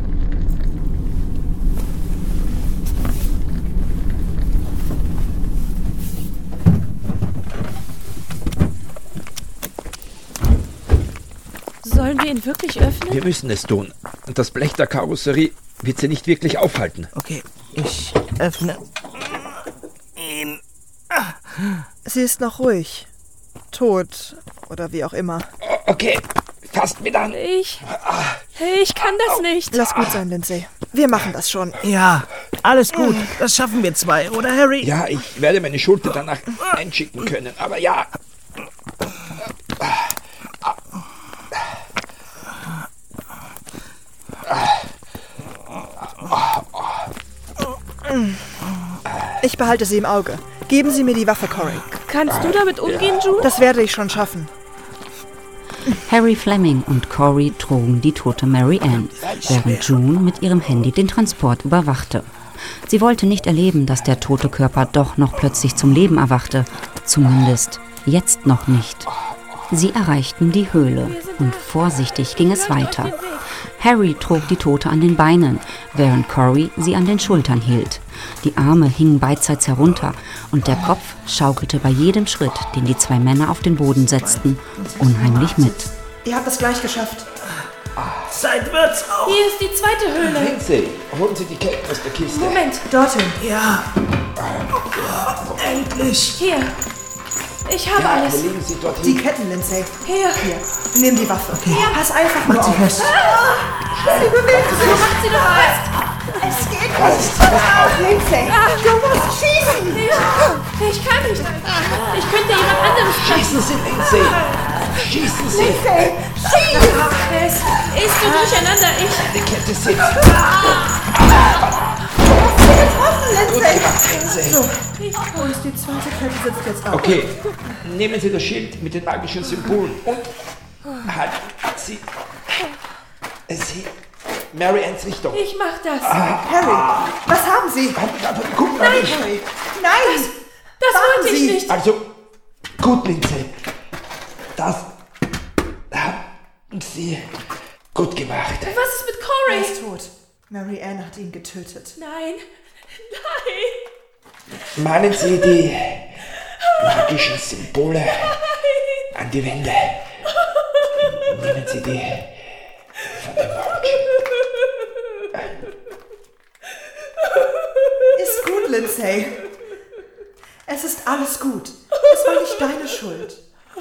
Sollen wir ihn wirklich öffnen? Wir müssen es tun. Und das Blech der Karosserie wird sie nicht wirklich aufhalten. Okay, ich öffne ihn. Sie ist noch ruhig. Tot. Oder wie auch immer. Okay, fasst mit an. Ich kann das nicht. Lass gut sein, Lindsay. Wir machen das schon. Ja, alles gut. Das schaffen wir zwei, oder Harry? Ja, ich werde meine Schulter danach einschicken können. Aber ja. Ich behalte sie im Auge. Geben Sie mir die Waffe, Corey. Kannst du damit umgehen, June? Das werde ich schon schaffen. Harry Fleming und Corey trugen die tote Mary Ann, während June mit ihrem Handy den Transport überwachte. Sie wollte nicht erleben, dass der tote Körper doch noch plötzlich zum Leben erwachte. Zumindest jetzt noch nicht. Sie erreichten die Höhle und vorsichtig ging es weiter. Harry trug die Tote an den Beinen, während Corey sie an den Schultern hielt. Die Arme hingen beidseits herunter und der Kopf schaukelte bei jedem Schritt, den die zwei Männer auf den Boden setzten, unheimlich mit. Ihr habt es gleich geschafft. Zeit wird's auch. Hier ist die zweite Höhle. Lindsay, holen Sie die Ketten aus der Kiste. Moment. Dorthin. Ja. Endlich. Hier. Ich habe alles. Wo liegen Sie dorthin? Die Ketten, Lindsay. Hier. Nimm die Waffe. Okay. Pass einfach nur Mach sie auf. fest. Sie bewegt sich. Macht sie doch fest. Es geht nicht. Lindsay, du musst schießen. Ich kann nicht. Ich könnte jemand anderes Schießen Sie, Lindsay! Schießen Sie! Lindsay, Es ist so durcheinander. Die Kette sitzt. Lindsay. So, wo ist die zweite Kette? Sitzt jetzt auch. Okay, nehmen Sie das Schild mit den magischen Symbolen und halten Sie Mary Anns Richtung. Ich mach das. Harry, was haben Sie? Guck mal, Harry, nein! Das Warten wollte ich Sie. nicht. Also, gut, Lindsay. Das haben Sie gut gemacht. Was ist mit Er Corey? ist tot. Mary Ann hat ihn getötet. Nein. Malen Sie die magischen Symbole an die Wände. Nehmen Sie die von dem March. Ist gut, Lindsay. Es ist alles gut. Es war nicht deine Schuld.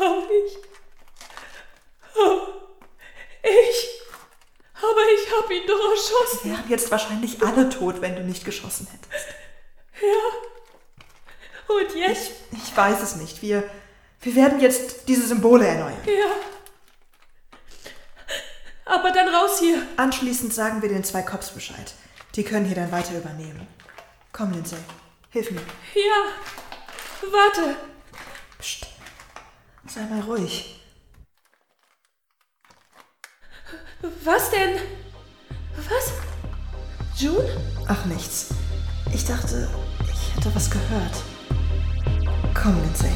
Aber ich hab ihn doch erschossen. Wir wären jetzt wahrscheinlich alle tot, wenn du nicht geschossen hättest. Ja. Und jetzt? Ich weiß es nicht. Wir werden jetzt diese Symbole erneuern. Ja. Aber dann raus hier. Anschließend sagen wir den 2 Cops Bescheid. Die können hier dann weiter übernehmen. Komm, Lindsay, hilf mir. Ja, warte. Psst, sei mal ruhig. Was denn? Was? June? Ach, nichts. Ich dachte, ich hätte was gehört. Komm, Lindsay.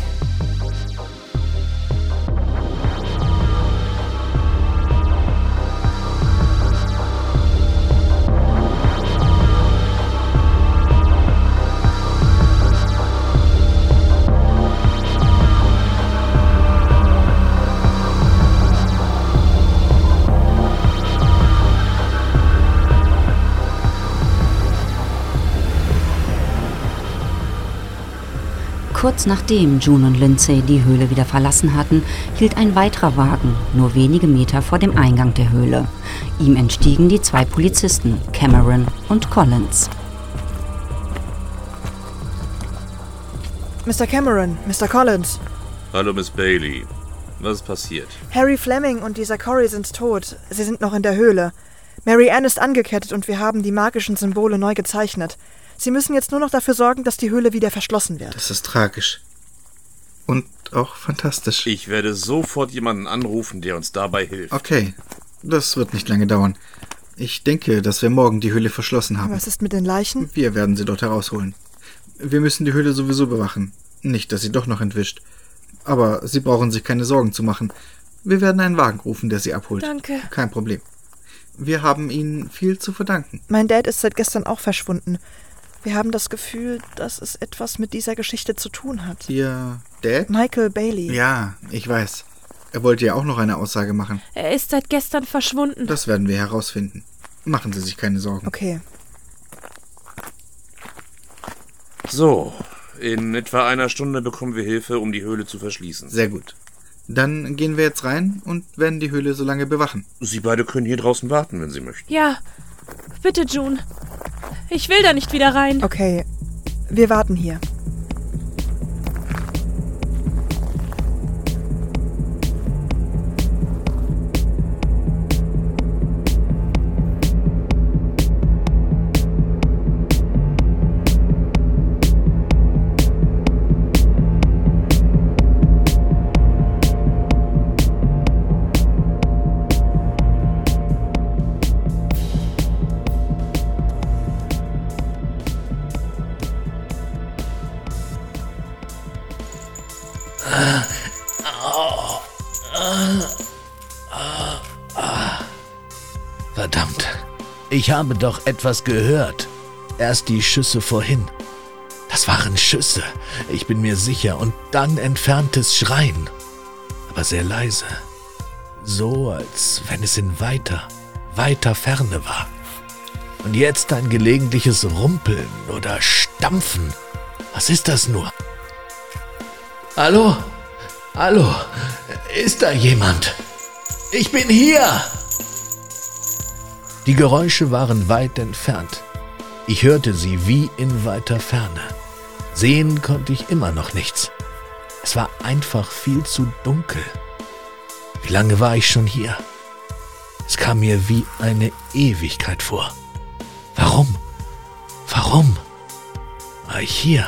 Kurz nachdem June und Lindsay die Höhle wieder verlassen hatten, hielt ein weiterer Wagen nur wenige Meter vor dem Eingang der Höhle. Ihm entstiegen die 2 Polizisten, Cameron und Collins. Mr. Cameron, Mr. Collins. Hallo, Miss Bailey. Was ist passiert? Harry Fleming und dieser Corey sind tot. Sie sind noch in der Höhle. Mary Ann ist angekettet und wir haben die magischen Symbole neu gezeichnet. Sie müssen jetzt nur noch dafür sorgen, dass die Höhle wieder verschlossen wird. Das ist tragisch. Und auch fantastisch. Ich werde sofort jemanden anrufen, der uns dabei hilft. Okay, das wird nicht lange dauern. Ich denke, dass wir morgen die Höhle verschlossen haben. Was ist mit den Leichen? Wir werden sie dort herausholen. Wir müssen die Höhle sowieso bewachen. Nicht, dass sie doch noch entwischt. Aber Sie brauchen sich keine Sorgen zu machen. Wir werden einen Wagen rufen, der Sie abholt. Danke. Kein Problem. Wir haben Ihnen viel zu verdanken. Mein Dad ist seit gestern auch verschwunden. Wir haben das Gefühl, dass es etwas mit dieser Geschichte zu tun hat. Ihr Dad? Michael Bailey. Ja, ich weiß. Er wollte ja auch noch eine Aussage machen. Er ist seit gestern verschwunden. Das werden wir herausfinden. Machen Sie sich keine Sorgen. Okay. So, in etwa einer Stunde bekommen wir Hilfe, um die Höhle zu verschließen. Sehr gut. Dann gehen wir jetzt rein und werden die Höhle so lange bewachen. Sie beide können hier draußen warten, wenn Sie möchten. Ja, bitte, June. Ich will da nicht wieder rein. Okay, wir warten hier. Verdammt, ich habe doch etwas gehört. Erst die Schüsse vorhin. Das waren Schüsse, ich bin mir sicher, und dann entferntes Schreien. Aber sehr leise. So, als wenn es in weiter Ferne war. Und jetzt ein gelegentliches Rumpeln oder Stampfen. Was ist das nur? Hallo? Hallo? Ist da jemand? Ich bin hier! Die Geräusche waren weit entfernt. Ich hörte sie wie in weiter Ferne. Sehen konnte ich immer noch nichts. Es war einfach viel zu dunkel. Wie lange war ich schon hier? Es kam mir wie eine Ewigkeit vor. Warum? Warum war ich hier?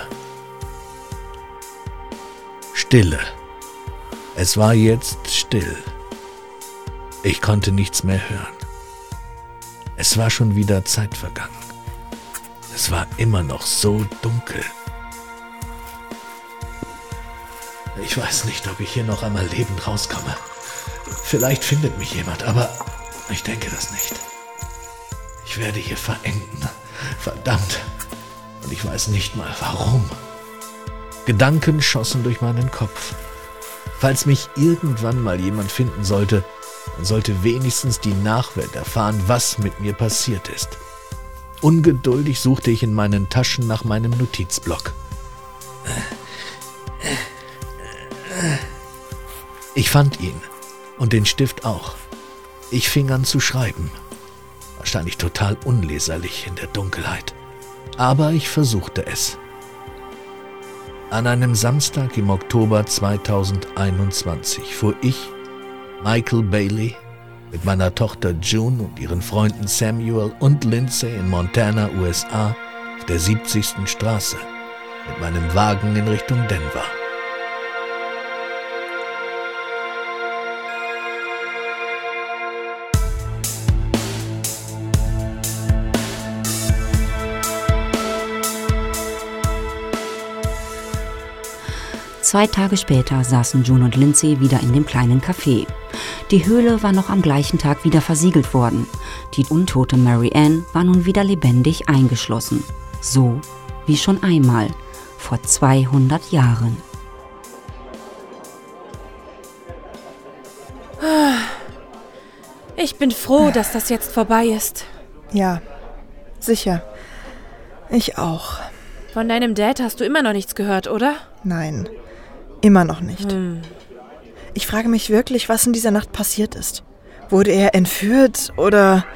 Stille. Es war jetzt still. Ich konnte nichts mehr hören. Es war schon wieder Zeit vergangen. Es war immer noch so dunkel. Ich weiß nicht, ob ich hier noch einmal lebend rauskomme. Vielleicht findet mich jemand, aber ich denke das nicht. Ich werde hier verenden. Verdammt. Und ich weiß nicht mal warum. Gedanken schossen durch meinen Kopf. Falls mich irgendwann mal jemand finden sollte, dann sollte wenigstens die Nachwelt erfahren, was mit mir passiert ist. Ungeduldig suchte ich in meinen Taschen nach meinem Notizblock. Ich fand ihn und den Stift auch. Ich fing an zu schreiben. Wahrscheinlich total unleserlich in der Dunkelheit. Aber ich versuchte es. An einem Samstag im Oktober 2021 fuhr ich, Michael Bailey, mit meiner Tochter June und ihren Freunden Samuel und Lindsay in Montana, USA, auf der 70. Straße, mit meinem Wagen in Richtung Denver. Zwei Tage später saßen June und Lindsay wieder in dem kleinen Café. Die Höhle war noch am gleichen Tag wieder versiegelt worden. Die untote Mary Ann war nun wieder lebendig eingeschlossen. So wie schon einmal, vor 200 Jahren. Ich bin froh, dass das jetzt vorbei ist. Ja, sicher. Ich auch. Von deinem Dad hast du immer noch nichts gehört, oder? Nein, immer noch nicht. Ich frage mich wirklich, was in dieser Nacht passiert ist. Wurde er entführt oder...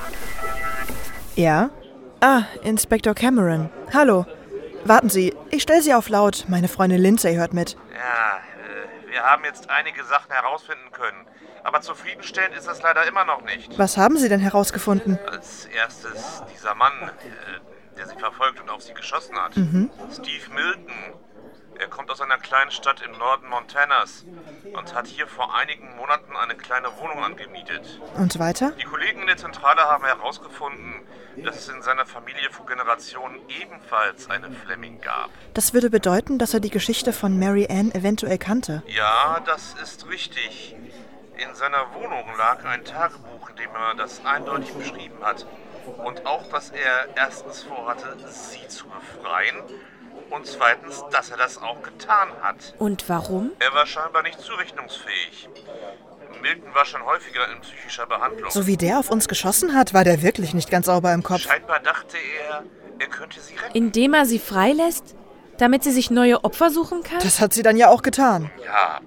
Ja? Ah, Inspektor Cameron. Hallo. Warten Sie, ich stelle Sie auf laut. Meine Freundin Lindsay hört mit. Ja, wir haben jetzt einige Sachen herausfinden können. Aber zufriedenstellend ist das leider immer noch nicht. Was haben Sie denn herausgefunden? Als erstes dieser Mann, der sie verfolgt und auf sie geschossen hat. Steve Milton. Er kommt aus einer kleinen Stadt im Norden Montanas und hat hier vor einigen Monaten eine kleine Wohnung angemietet. Und weiter? Die Kollegen in der Zentrale haben herausgefunden, dass es in seiner Familie vor Generationen ebenfalls eine Fleming gab. Das würde bedeuten, dass er die Geschichte von Mary Ann eventuell kannte. Ja, das ist richtig. In seiner Wohnung lag ein Tagebuch, in dem er das eindeutig beschrieben hat. Und auch, dass er erstens vorhatte, sie zu befreien und zweitens, dass er das auch getan hat. Und warum? Er war scheinbar nicht zurechnungsfähig. Milton war schon häufiger in psychischer Behandlung. So wie der auf uns geschossen hat, war der wirklich nicht ganz sauber im Kopf. Scheinbar dachte er könnte sie retten. Indem er sie freilässt, damit sie sich neue Opfer suchen kann? Das hat sie dann ja auch getan. Ja,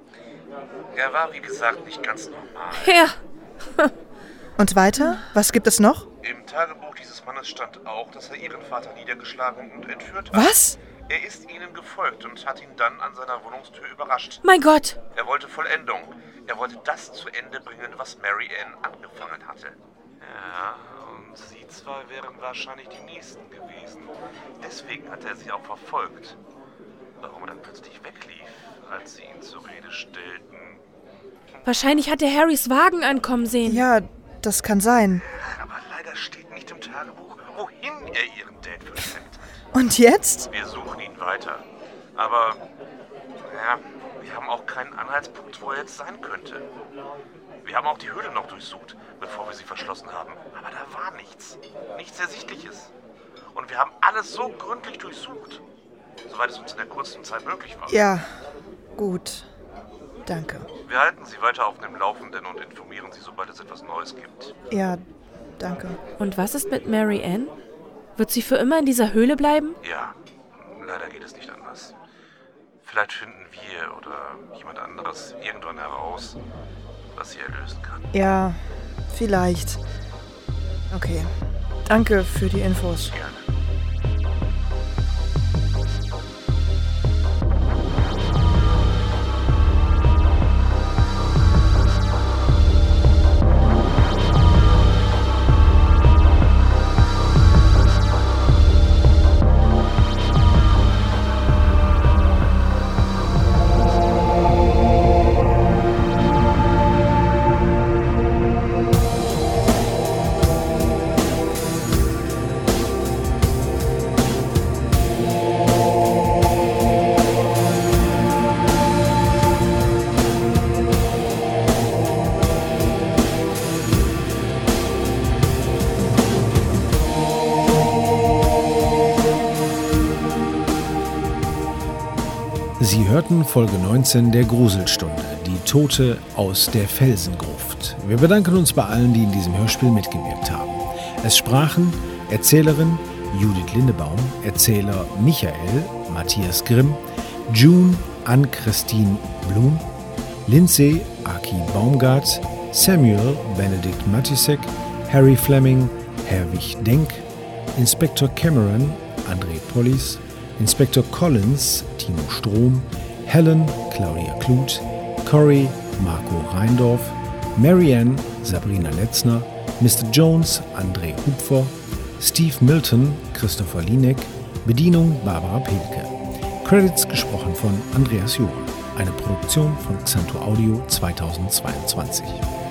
er war wie gesagt nicht ganz normal. Ja. Und weiter? Was gibt es noch? Im Tagebuch dieses Mannes stand auch, dass er ihren Vater niedergeschlagen und entführt hat. Was? Er ist ihnen gefolgt und hat ihn dann an seiner Wohnungstür überrascht. Mein Gott! Er wollte Vollendung. Er wollte das zu Ende bringen, was Mary Ann angefangen hatte. Ja, und sie zwei wären wahrscheinlich die Nächsten gewesen. Deswegen hat er sie auch verfolgt. Warum er dann plötzlich weglief, als sie ihn zur Rede stellten. Wahrscheinlich hat er Harrys Wagen ankommen sehen. Ja, das kann sein. Aber leider steht nicht im Tagebuch, wohin er ihren Dad versteckt hat. Und jetzt? Wir suchen ihn weiter. Aber, ja, wir haben auch keinen Anhaltspunkt, wo er jetzt sein könnte. Wir haben auch die Höhle noch durchsucht, bevor wir sie verschlossen haben. Aber da war nichts. Nichts Ersichtliches. Und wir haben alles so gründlich durchsucht. Soweit es uns in der kurzen Zeit möglich war. Ja, gut. Danke. Wir halten Sie weiter auf dem Laufenden und informieren Sie, sobald es etwas Neues gibt. Ja, danke. Und was ist mit Mary Ann? Wird sie für immer in dieser Höhle bleiben? Ja, leider geht es nicht anders. Vielleicht finden wir oder jemand anderes irgendwann heraus, was sie erlösen kann. Ja, vielleicht. Okay. Danke für die Infos. Gerne. Sie hörten Folge 19 der Gruselstunde, die Tote aus der Felsengruft. Wir bedanken uns bei allen, die in diesem Hörspiel mitgewirkt haben. Es sprachen Erzählerin Judith Lindebaum, Erzähler Michael Matthias Grimm, June Ann-Christine Blum, Lindsay Aki Baumgart, Samuel Benedikt Matisek, Harry Fleming Herwig Denk, Inspektor Cameron André Pollis, Inspektor Collins Timo Strom, Helen Claudia Kluth, Corey Marco Reindorf, Mary Ann Sabrina Letzner, Mr. Jones André Hupfer, Steve Milton Christopher Lieneck, Bedienung Barbara Pilke. Credits gesprochen von Andreas Joren. Eine Produktion von Xanto Audio 2022.